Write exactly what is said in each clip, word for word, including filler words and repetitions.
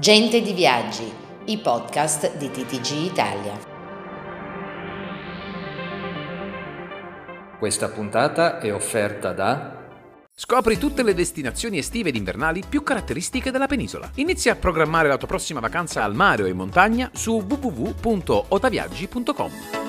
Gente di Viaggi, i podcast di T T G Italia. Questa puntata è offerta da... Scopri tutte le destinazioni estive ed invernali più caratteristiche della penisola. Inizia a programmare la tua prossima vacanza al mare o in montagna su w w w punto otaviaggi punto com.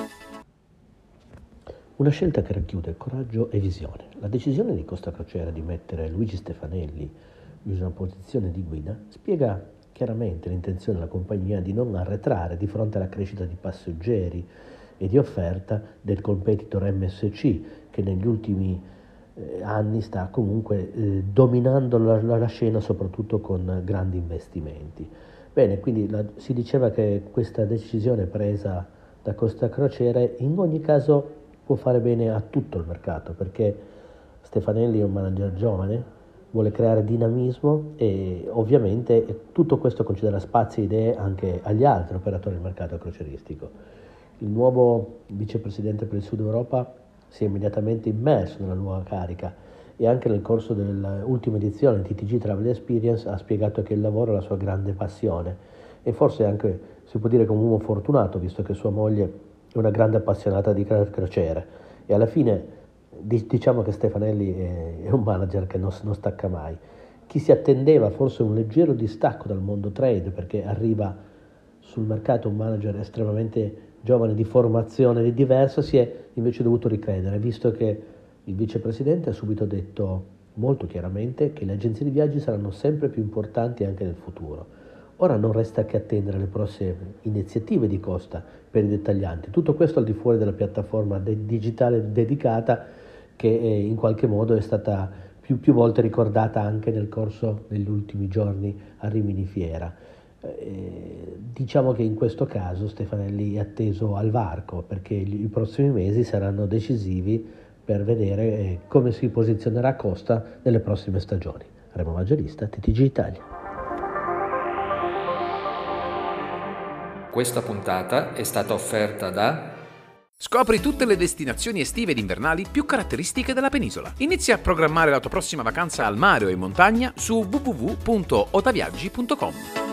Una scelta che racchiude coraggio e visione. La decisione di Costa Crociere di mettere Luigi Stefanelli in una posizione di guida spiega chiaramente l'intenzione della compagnia di non arretrare di fronte alla crescita di passeggeri e di offerta del competitor M S C, che negli ultimi eh, anni sta comunque eh, dominando la, la, la scena, soprattutto con grandi investimenti. Bene, quindi la, si diceva che questa decisione presa da Costa Crociere in ogni caso può fare bene a tutto il mercato, perché Stefanelli è un manager giovane, vuole creare dinamismo e ovviamente tutto questo concederà spazi e idee anche agli altri operatori del mercato crocieristico. Il nuovo vicepresidente per il Sud Europa si è immediatamente immerso nella nuova carica e anche nel corso dell'ultima edizione di T T G Travel Experience ha spiegato che il lavoro è la sua grande passione e forse anche si può dire come un uomo fortunato, visto che sua moglie è una grande appassionata di crociere e alla fine diciamo che Stefanelli è un manager che non, non stacca mai. Chi si attendeva forse un leggero distacco dal mondo trade, perché arriva sul mercato un manager estremamente giovane, di formazione diversa, si è invece dovuto ricredere, visto che il vicepresidente ha subito detto molto chiaramente che le agenzie di viaggi saranno sempre più importanti anche nel futuro. Ora non resta che attendere le prossime iniziative di Costa per i dettaglianti. Tutto questo al di fuori della piattaforma de- digitale dedicata, che in qualche modo è stata più, più volte ricordata anche nel corso degli ultimi giorni a Rimini Fiera. Eh, diciamo che in questo caso Stefanelli è atteso al varco, perché gli, i prossimi mesi saranno decisivi per vedere eh, come si posizionerà Costa nelle prossime stagioni. Remo Maggiorista, T T G Italia. Questa puntata è stata offerta da... Scopri tutte le destinazioni estive ed invernali più caratteristiche della penisola. Inizia a programmare la tua prossima vacanza al mare o in montagna su w w w punto otaviaggi punto com.